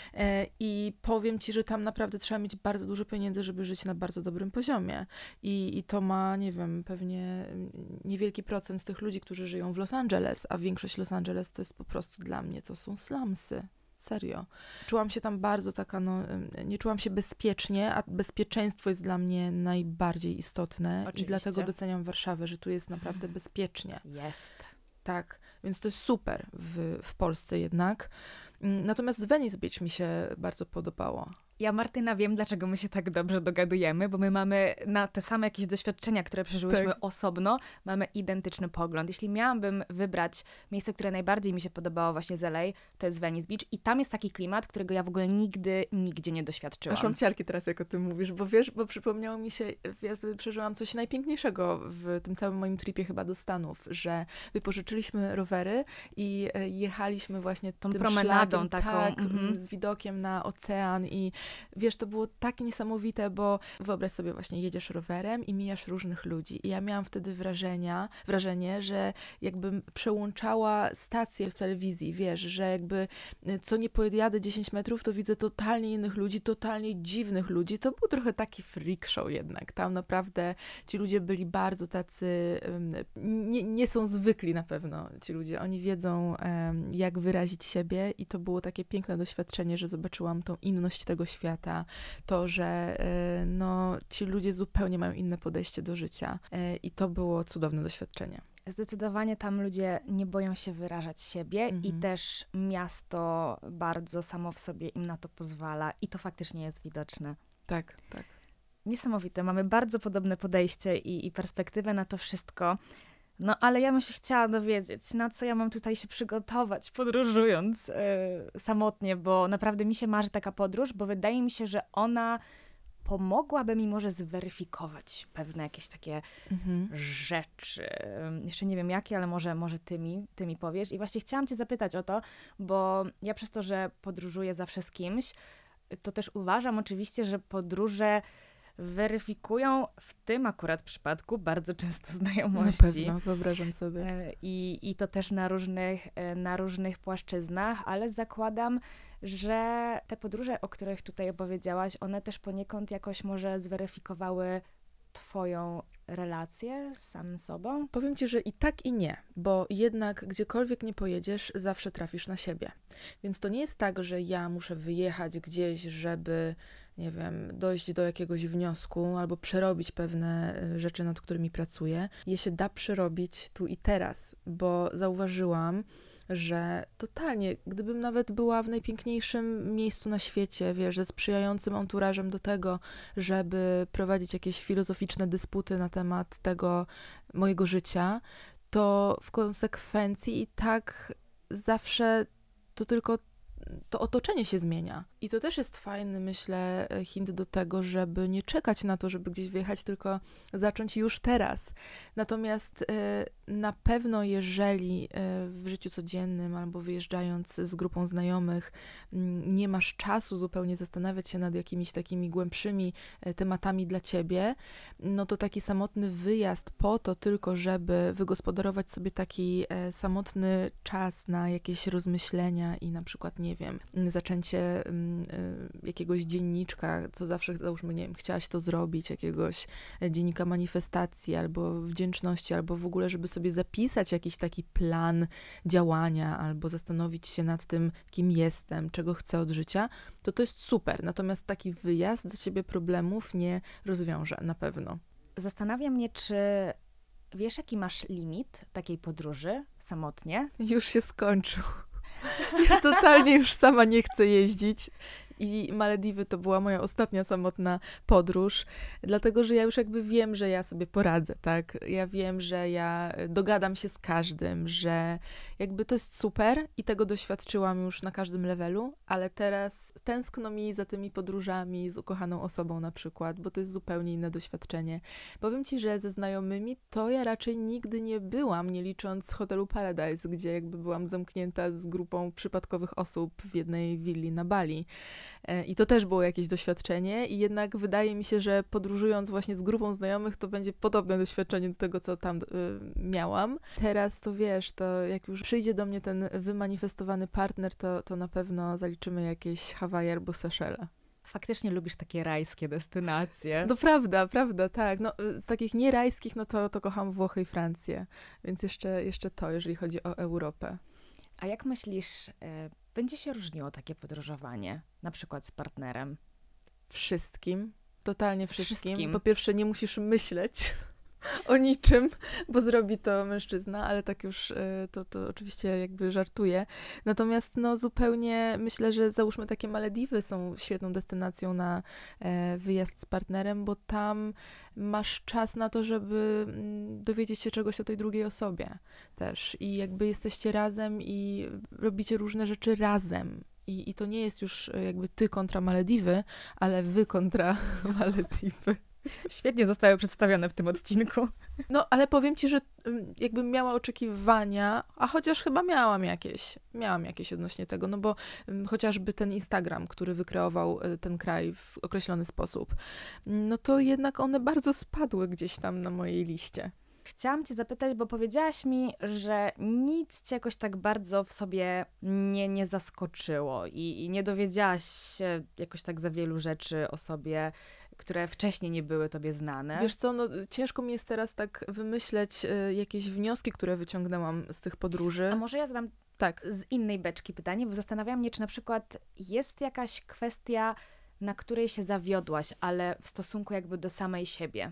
I powiem ci, że tam naprawdę trzeba mieć bardzo dużo pieniędzy, żeby żyć na bardzo dobrym poziomie. I to ma, nie wiem, pewnie niewielki procent tych ludzi, którzy żyją w Los Angeles, a większość Los Angeles to jest po prostu dla mnie, to są slumsy. Serio. Czułam się tam bardzo taka, nie czułam się bezpiecznie, a bezpieczeństwo jest dla mnie najbardziej istotne. Oczywiście. I dlatego doceniam Warszawę, że tu jest naprawdę bezpiecznie. Jest. Tak, więc to jest super w Polsce jednak. Natomiast Venice Beach mi się bardzo podobało. Ja, Martyna, wiem, dlaczego my się tak dobrze dogadujemy, bo my mamy na te same jakieś doświadczenia, które przeżyłyśmy osobno, mamy identyczny pogląd. Jeśli miałabym wybrać miejsce, które najbardziej mi się podobało właśnie z LA, to jest Venice Beach i tam jest taki klimat, którego ja w ogóle nigdzie nie doświadczyłam. Aż mam ciarki teraz, jak o tym mówisz, bo wiesz, bo przypomniało mi się, ja przeżyłam coś najpiękniejszego w tym całym moim tripie chyba do Stanów, że wypożyczyliśmy rowery i jechaliśmy właśnie tą tym promenadą szlakiem, taką. tak, z widokiem na ocean i wiesz, to było takie niesamowite, bo wyobraź sobie właśnie jedziesz rowerem i mijasz różnych ludzi i ja miałam wtedy wrażenie, że jakbym przełączała stację w telewizji, wiesz, że jakby co nie pojadę 10 metrów, to widzę totalnie innych ludzi, totalnie dziwnych ludzi. To był trochę taki freak show jednak. Tam naprawdę ci ludzie byli bardzo tacy, nie są zwykli na pewno ci ludzie. Oni wiedzą, jak wyrazić siebie i to było takie piękne doświadczenie, że zobaczyłam tą inność tego świata, to, że ci ludzie zupełnie mają inne podejście do życia i to było cudowne doświadczenie. Zdecydowanie tam ludzie nie boją się wyrażać siebie i też miasto bardzo samo w sobie im na to pozwala i to faktycznie jest widoczne. Tak. Niesamowite. Mamy bardzo podobne podejście i perspektywę na to wszystko. No, ale ja bym się chciała dowiedzieć, na co ja mam tutaj się przygotować, podróżując samotnie, bo naprawdę mi się marzy taka podróż, bo wydaje mi się, że ona pomogłaby mi może zweryfikować pewne jakieś takie rzeczy. Jeszcze nie wiem jakie, ale może ty mi powiesz. I właśnie chciałam cię zapytać o to, bo ja przez to, że podróżuję zawsze z kimś, to też uważam oczywiście, że podróże weryfikują w tym akurat przypadku bardzo często znajomości. Na pewno, wyobrażam sobie. I to też na różnych płaszczyznach, ale zakładam, że te podróże, o których tutaj opowiedziałaś, one też poniekąd jakoś może zweryfikowały twoją relację z samym sobą? Powiem ci, że i tak i nie, bo jednak gdziekolwiek nie pojedziesz, zawsze trafisz na siebie. Więc to nie jest tak, że ja muszę wyjechać gdzieś, żeby, nie wiem, dojść do jakiegoś wniosku albo przerobić pewne rzeczy, nad którymi pracuję. Je się da przerobić tu i teraz, bo zauważyłam, że totalnie, gdybym nawet była w najpiękniejszym miejscu na świecie, wiesz, ze sprzyjającym anturażem do tego, żeby prowadzić jakieś filozoficzne dysputy na temat tego mojego życia, to w konsekwencji i tak zawsze to tylko to otoczenie się zmienia. I to też jest fajny, myślę, hint do tego, żeby nie czekać na to, żeby gdzieś wyjechać, tylko zacząć już teraz. Natomiast na pewno, jeżeli w życiu codziennym albo wyjeżdżając z grupą znajomych nie masz czasu zupełnie zastanawiać się nad jakimiś takimi głębszymi tematami dla ciebie, no to taki samotny wyjazd po to tylko, żeby wygospodarować sobie taki samotny czas na jakieś rozmyślenia i na przykład, nie wiem, zaczęcie jakiegoś dzienniczka, co zawsze, załóżmy, nie wiem, chciałaś to zrobić, jakiegoś dziennika manifestacji albo wdzięczności, albo w ogóle, żeby sobie zapisać jakiś taki plan działania, albo zastanowić się nad tym, kim jestem, czego chcę od życia, to jest super. Natomiast taki wyjazd za ciebie problemów nie rozwiąże, na pewno. Zastanawia mnie, czy wiesz, jaki masz limit takiej podróży samotnie? Już się skończył. Ja totalnie już sama nie chcę jeździć i Malediwy to była moja ostatnia samotna podróż, dlatego, że ja już jakby wiem, że ja sobie poradzę, tak? Ja wiem, że ja dogadam się z każdym, że jakby to jest super i tego doświadczyłam już na każdym levelu, ale teraz tęskno mi za tymi podróżami z ukochaną osobą na przykład, bo to jest zupełnie inne doświadczenie. Powiem ci, że ze znajomymi to ja raczej nigdy nie byłam, nie licząc hotelu Paradise, gdzie jakby byłam zamknięta z grupą przypadkowych osób w jednej willi na Bali. I to też było jakieś doświadczenie i jednak wydaje mi się, że podróżując właśnie z grupą znajomych, to będzie podobne doświadczenie do tego, co tam miałam. Teraz to wiesz, to jak już przyjdzie do mnie ten wymanifestowany partner, to na pewno zaliczymy jakieś Hawaje albo Seszele. Faktycznie lubisz takie rajskie destynacje. No prawda, tak. No, z takich nierajskich, no to kocham Włochy i Francję, więc jeszcze to, jeżeli chodzi o Europę. A jak myślisz, będzie się różniło takie podróżowanie, na przykład z partnerem? Wszystkim. Totalnie wszystkim. Po Wszystkim. pierwsze, nie musisz myśleć o niczym, bo zrobi to mężczyzna, ale tak już to oczywiście jakby żartuję. Natomiast no zupełnie myślę, że załóżmy takie Malediwy są świetną destynacją na wyjazd z partnerem, bo tam masz czas na to, żeby dowiedzieć się czegoś o tej drugiej osobie też. I jakby jesteście razem i robicie różne rzeczy razem. I to nie jest już jakby ty kontra Malediwy, ale wy kontra Malediwy. Świetnie zostały przedstawione w tym odcinku. No, ale powiem ci, że jakbym miała oczekiwania, a chociaż chyba miałam jakieś odnośnie tego, no bo chociażby ten Instagram, który wykreował ten kraj w określony sposób, no to jednak one bardzo spadły gdzieś tam na mojej liście. Chciałam cię zapytać, bo powiedziałaś mi, że nic cię jakoś tak bardzo w sobie nie zaskoczyło i nie dowiedziałaś się jakoś tak za wielu rzeczy o sobie, które wcześniej nie były tobie znane. Wiesz co, no ciężko mi jest teraz tak wymyśleć jakieś wnioski, które wyciągnęłam z tych podróży. A może ja zadam z innej beczki pytanie, bo zastanawiam mnie, czy na przykład jest jakaś kwestia, na której się zawiodłaś, ale w stosunku jakby do samej siebie.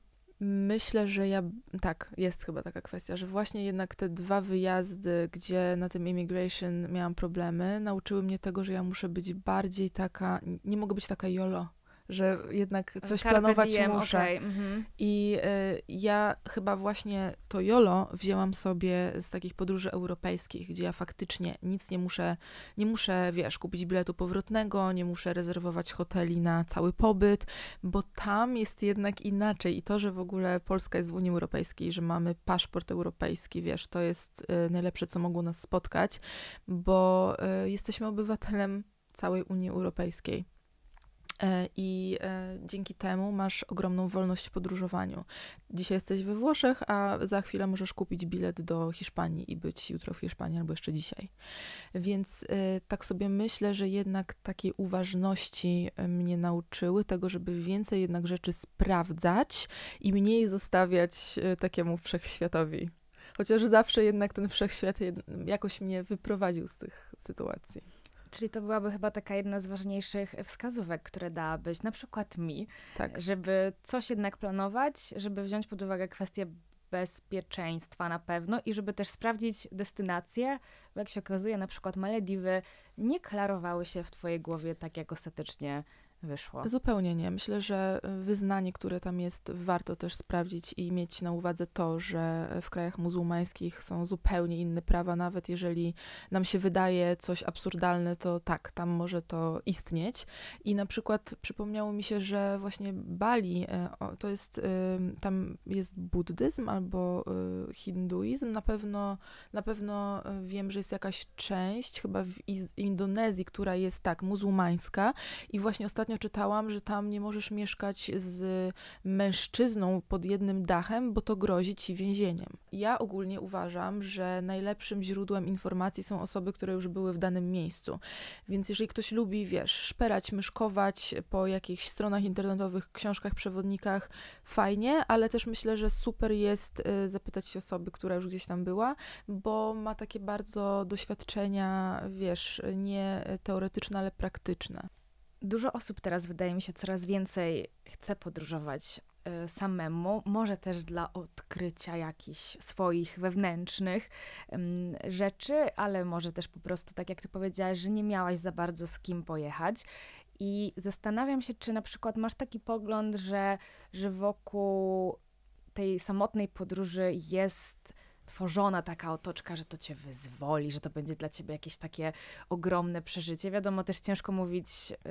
Myślę, że tak, jest chyba taka kwestia, że właśnie jednak te 2 wyjazdy, gdzie na tym immigration miałam problemy, nauczyły mnie tego, że ja muszę być bardziej taka, nie mogę być taka YOLO, że jednak coś Carpe planować diem, muszę. okay. Mhm. I ja chyba właśnie to YOLO wzięłam sobie z takich podróży europejskich, gdzie ja faktycznie nic nie muszę, wiesz, kupić biletu powrotnego, nie muszę rezerwować hoteli na cały pobyt, bo tam jest jednak inaczej. I to, że w ogóle Polska jest w Unii Europejskiej, że mamy paszport europejski, wiesz, to jest najlepsze, co mogło nas spotkać, bo jesteśmy obywatelem całej Unii Europejskiej. I dzięki temu masz ogromną wolność w podróżowaniu. Dzisiaj jesteś we Włoszech, a za chwilę możesz kupić bilet do Hiszpanii i być jutro w Hiszpanii albo jeszcze dzisiaj. Więc tak sobie myślę, że jednak takiej uważności mnie nauczyły, tego, żeby więcej jednak rzeczy sprawdzać i mniej zostawiać takiemu wszechświatowi. Chociaż zawsze jednak ten wszechświat jakoś mnie wyprowadził z tych sytuacji. Czyli to byłaby chyba taka jedna z ważniejszych wskazówek, które dałabyś na przykład mi, tak, żeby coś jednak planować, żeby wziąć pod uwagę kwestię bezpieczeństwa na pewno i żeby też sprawdzić destynację, bo jak się okazuje, na przykład Malediwy nie klarowały się w twojej głowie tak, jak ostatecznie wyszło. Zupełnie nie. Myślę, że wyznanie, które tam jest, warto też sprawdzić i mieć na uwadze to, że w krajach muzułmańskich są zupełnie inne prawa, nawet jeżeli nam się wydaje coś absurdalne, to tak, tam może to istnieć. I na przykład przypomniało mi się, że właśnie Bali, to jest, tam jest buddyzm albo hinduizm, na pewno wiem, że jest jakaś część, chyba w Indonezji, która jest tak, muzułmańska i właśnie ostatnio czytałam, że tam nie możesz mieszkać z mężczyzną pod jednym dachem, bo to grozi ci więzieniem. Ja ogólnie uważam, że najlepszym źródłem informacji są osoby, które już były w danym miejscu. Więc jeżeli ktoś lubi, wiesz, szperać, myszkować po jakichś stronach internetowych, książkach, przewodnikach, fajnie, ale też myślę, że super jest zapytać się osoby, która już gdzieś tam była, bo ma takie bardzo doświadczenia, wiesz, nie teoretyczne, ale praktyczne. Dużo osób teraz, wydaje mi się, coraz więcej chce podróżować samemu, może też dla odkrycia jakichś swoich wewnętrznych rzeczy, ale może też po prostu, tak jak ty powiedziałaś, że nie miałaś za bardzo z kim pojechać. I zastanawiam się, czy na przykład masz taki pogląd, że wokół tej samotnej podróży jest tworzona taka otoczka, że to cię wyzwoli, że to będzie dla ciebie jakieś takie ogromne przeżycie. Wiadomo, też ciężko mówić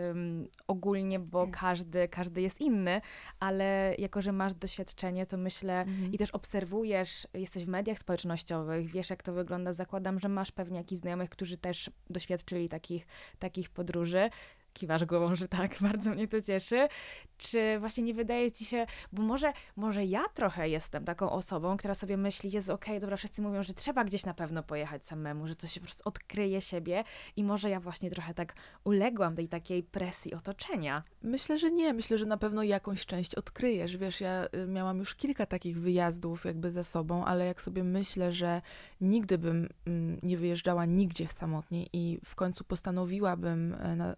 ogólnie, bo każdy jest inny, ale jako, że masz doświadczenie, to myślę i też obserwujesz, jesteś w mediach społecznościowych, wiesz, jak to wygląda. Zakładam, że masz pewnie jakichś znajomych, którzy też doświadczyli takich podróży. Kiwasz głową, że tak, bardzo mnie to cieszy. Czy właśnie nie wydaje ci się, bo może ja trochę jestem taką osobą, która sobie myśli, Jezu, okej, dobra, wszyscy mówią, że trzeba gdzieś na pewno pojechać samemu, że coś się po prostu odkryje siebie i może ja właśnie trochę tak uległam tej takiej presji otoczenia. Myślę, że nie. Myślę, że na pewno jakąś część odkryjesz. Wiesz, ja miałam już kilka takich wyjazdów jakby za sobą, ale jak sobie myślę, że nigdy bym nie wyjeżdżała nigdzie samotnie i w końcu postanowiłabym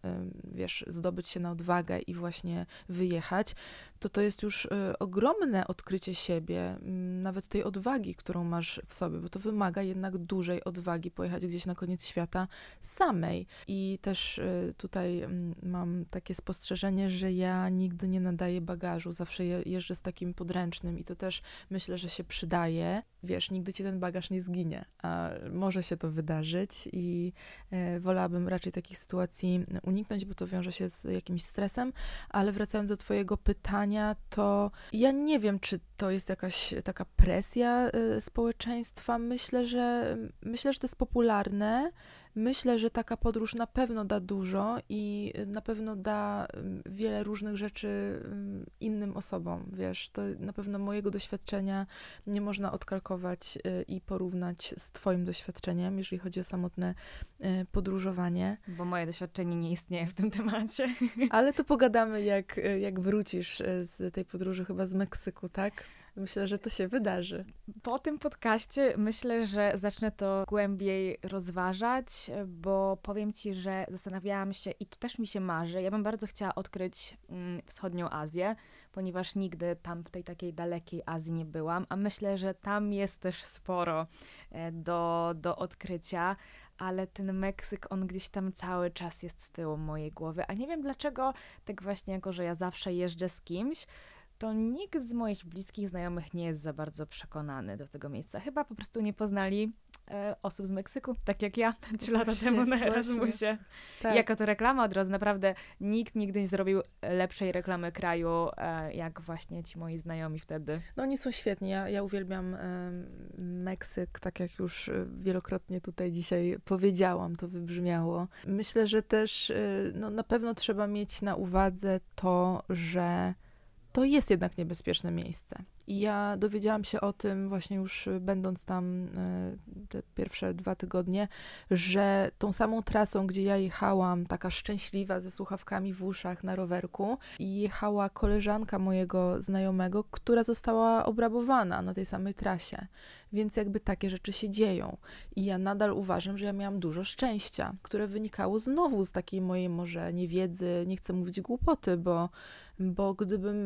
wiesz, zdobyć się na odwagę i właśnie wyjechać, to jest już ogromne odkrycie siebie, nawet tej odwagi, którą masz w sobie, bo to wymaga jednak dużej odwagi pojechać gdzieś na koniec świata samej. I też tutaj mam takie spostrzeżenie, że ja nigdy nie nadaję bagażu, zawsze jeżdżę z takim podręcznym i to też myślę, że się przydaje. Wiesz, nigdy ci ten bagaż nie zginie, a może się to wydarzyć i wolałabym raczej takich sytuacji uniknąć, bo to wiąże się z jakimś stresem, ale wracając do twojego pytania, to ja nie wiem, czy to jest jakaś taka presja społeczeństwa. Myślę, że to jest popularne. Myślę, że taka podróż na pewno da dużo i na pewno da wiele różnych rzeczy innym osobom, wiesz, to na pewno mojego doświadczenia nie można odkalkować i porównać z twoim doświadczeniem, jeżeli chodzi o samotne podróżowanie. Bo moje doświadczenie nie istnieje w tym temacie. Ale to pogadamy, jak wrócisz z tej podróży chyba z Meksyku, tak? Myślę, że to się wydarzy. Po tym podcaście myślę, że zacznę to głębiej rozważać, bo powiem ci, że zastanawiałam się i to też mi się marzy. Ja bym bardzo chciała odkryć wschodnią Azję, ponieważ nigdy tam w tej takiej dalekiej Azji nie byłam, a myślę, że tam jest też sporo do odkrycia. Ale ten Meksyk, on gdzieś tam cały czas jest z tyłu mojej głowy, a nie wiem dlaczego, tak właśnie jako, że ja zawsze jeżdżę z kimś, to nikt z moich bliskich znajomych nie jest za bardzo przekonany do tego miejsca. Chyba po prostu nie poznali osób z Meksyku, tak jak ja 3 lata temu na Erasmusie. Tak. Jako to reklama od razu, naprawdę nikt nigdy nie zrobił lepszej reklamy kraju, jak właśnie ci moi znajomi wtedy. No oni są świetni, ja uwielbiam Meksyk, tak jak już wielokrotnie tutaj dzisiaj powiedziałam, to wybrzmiało. Myślę, że też no, na pewno trzeba mieć na uwadze to, że to jest jednak niebezpieczne miejsce. I ja dowiedziałam się o tym właśnie już będąc tam te pierwsze 2 tygodnie, że tą samą trasą, gdzie ja jechałam, taka szczęśliwa, ze słuchawkami w uszach na rowerku, jechała koleżanka mojego znajomego, która została obrabowana na tej samej trasie. Więc jakby takie rzeczy się dzieją. I ja nadal uważam, że ja miałam dużo szczęścia, które wynikało znowu z takiej mojej może niewiedzy, nie chcę mówić głupoty, bo gdybym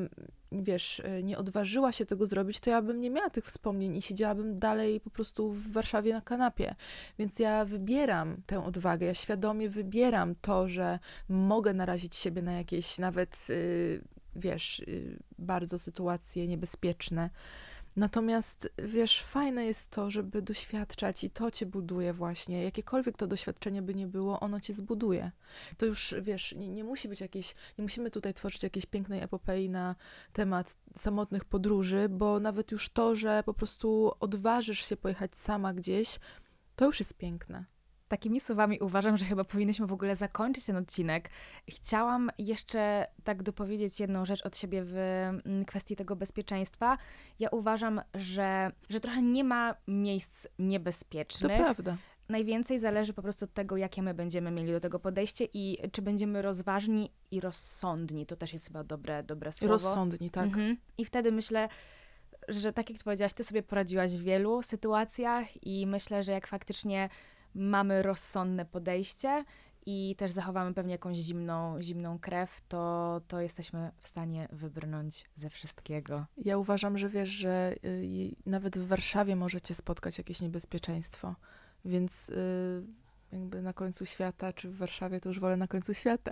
wiesz, nie odważyła się tego zrobić, to ja bym nie miała tych wspomnień i siedziałabym dalej po prostu w Warszawie na kanapie. Więc ja wybieram tę odwagę, ja świadomie wybieram to, że mogę narazić siebie na jakieś nawet, wiesz, bardzo sytuacje niebezpieczne. Natomiast, wiesz, fajne jest to, żeby doświadczać i to cię buduje właśnie. Jakiekolwiek to doświadczenie by nie było, ono cię zbuduje. To już, wiesz, nie musi być jakieś, nie musimy tutaj tworzyć jakiejś pięknej epopei na temat samotnych podróży, bo nawet już to, że po prostu odważysz się pojechać sama gdzieś, to już jest piękne. Takimi słowami uważam, że chyba powinniśmy w ogóle zakończyć ten odcinek. Chciałam jeszcze tak dopowiedzieć jedną rzecz od siebie w kwestii tego bezpieczeństwa. Ja uważam, że trochę nie ma miejsc niebezpiecznych. To prawda. Najwięcej zależy po prostu od tego, jakie my będziemy mieli do tego podejście i czy będziemy rozważni i rozsądni. To też jest chyba dobre słowo. Rozsądni, tak. I wtedy myślę, że tak jak ty powiedziałaś, ty sobie poradziłaś w wielu sytuacjach i myślę, że jak faktycznie mamy rozsądne podejście i też zachowamy pewnie jakąś zimną krew, to jesteśmy w stanie wybrnąć ze wszystkiego. Ja uważam, że wiesz, że nawet w Warszawie możecie spotkać jakieś niebezpieczeństwo, więc jakby na końcu świata, czy w Warszawie, to już wolę na końcu świata.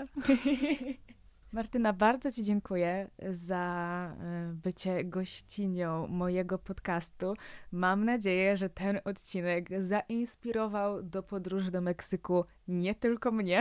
Martyna, bardzo ci dziękuję za bycie gościnią mojego podcastu. Mam nadzieję, że ten odcinek zainspirował do podróży do Meksyku nie tylko mnie.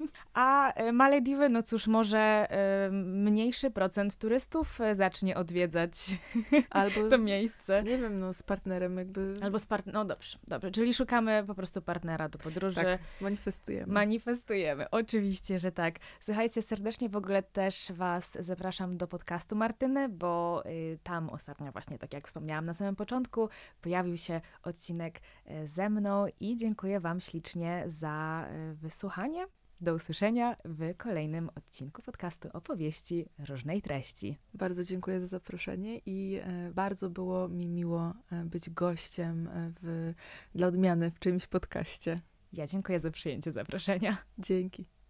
A Malediwy, no cóż, może mniejszy procent turystów zacznie odwiedzać Albo to miejsce. Nie wiem, no z partnerem jakby... Albo z partnerem, no dobrze, czyli szukamy po prostu partnera do podróży. Tak, manifestujemy. Manifestujemy, oczywiście, że tak. Słuchajcie, serdecznie w ogóle też was zapraszam do podcastu Martyny, bo tam ostatnio właśnie, tak jak wspomniałam na samym początku, pojawił się odcinek ze mną i dziękuję wam ślicznie za wysłuchanie. Do usłyszenia w kolejnym odcinku podcastu Opowieści różnej treści. Bardzo dziękuję za zaproszenie i bardzo było mi miło być gościem dla odmiany w czyimś podcaście. Ja dziękuję za przyjęcie zaproszenia. Dzięki.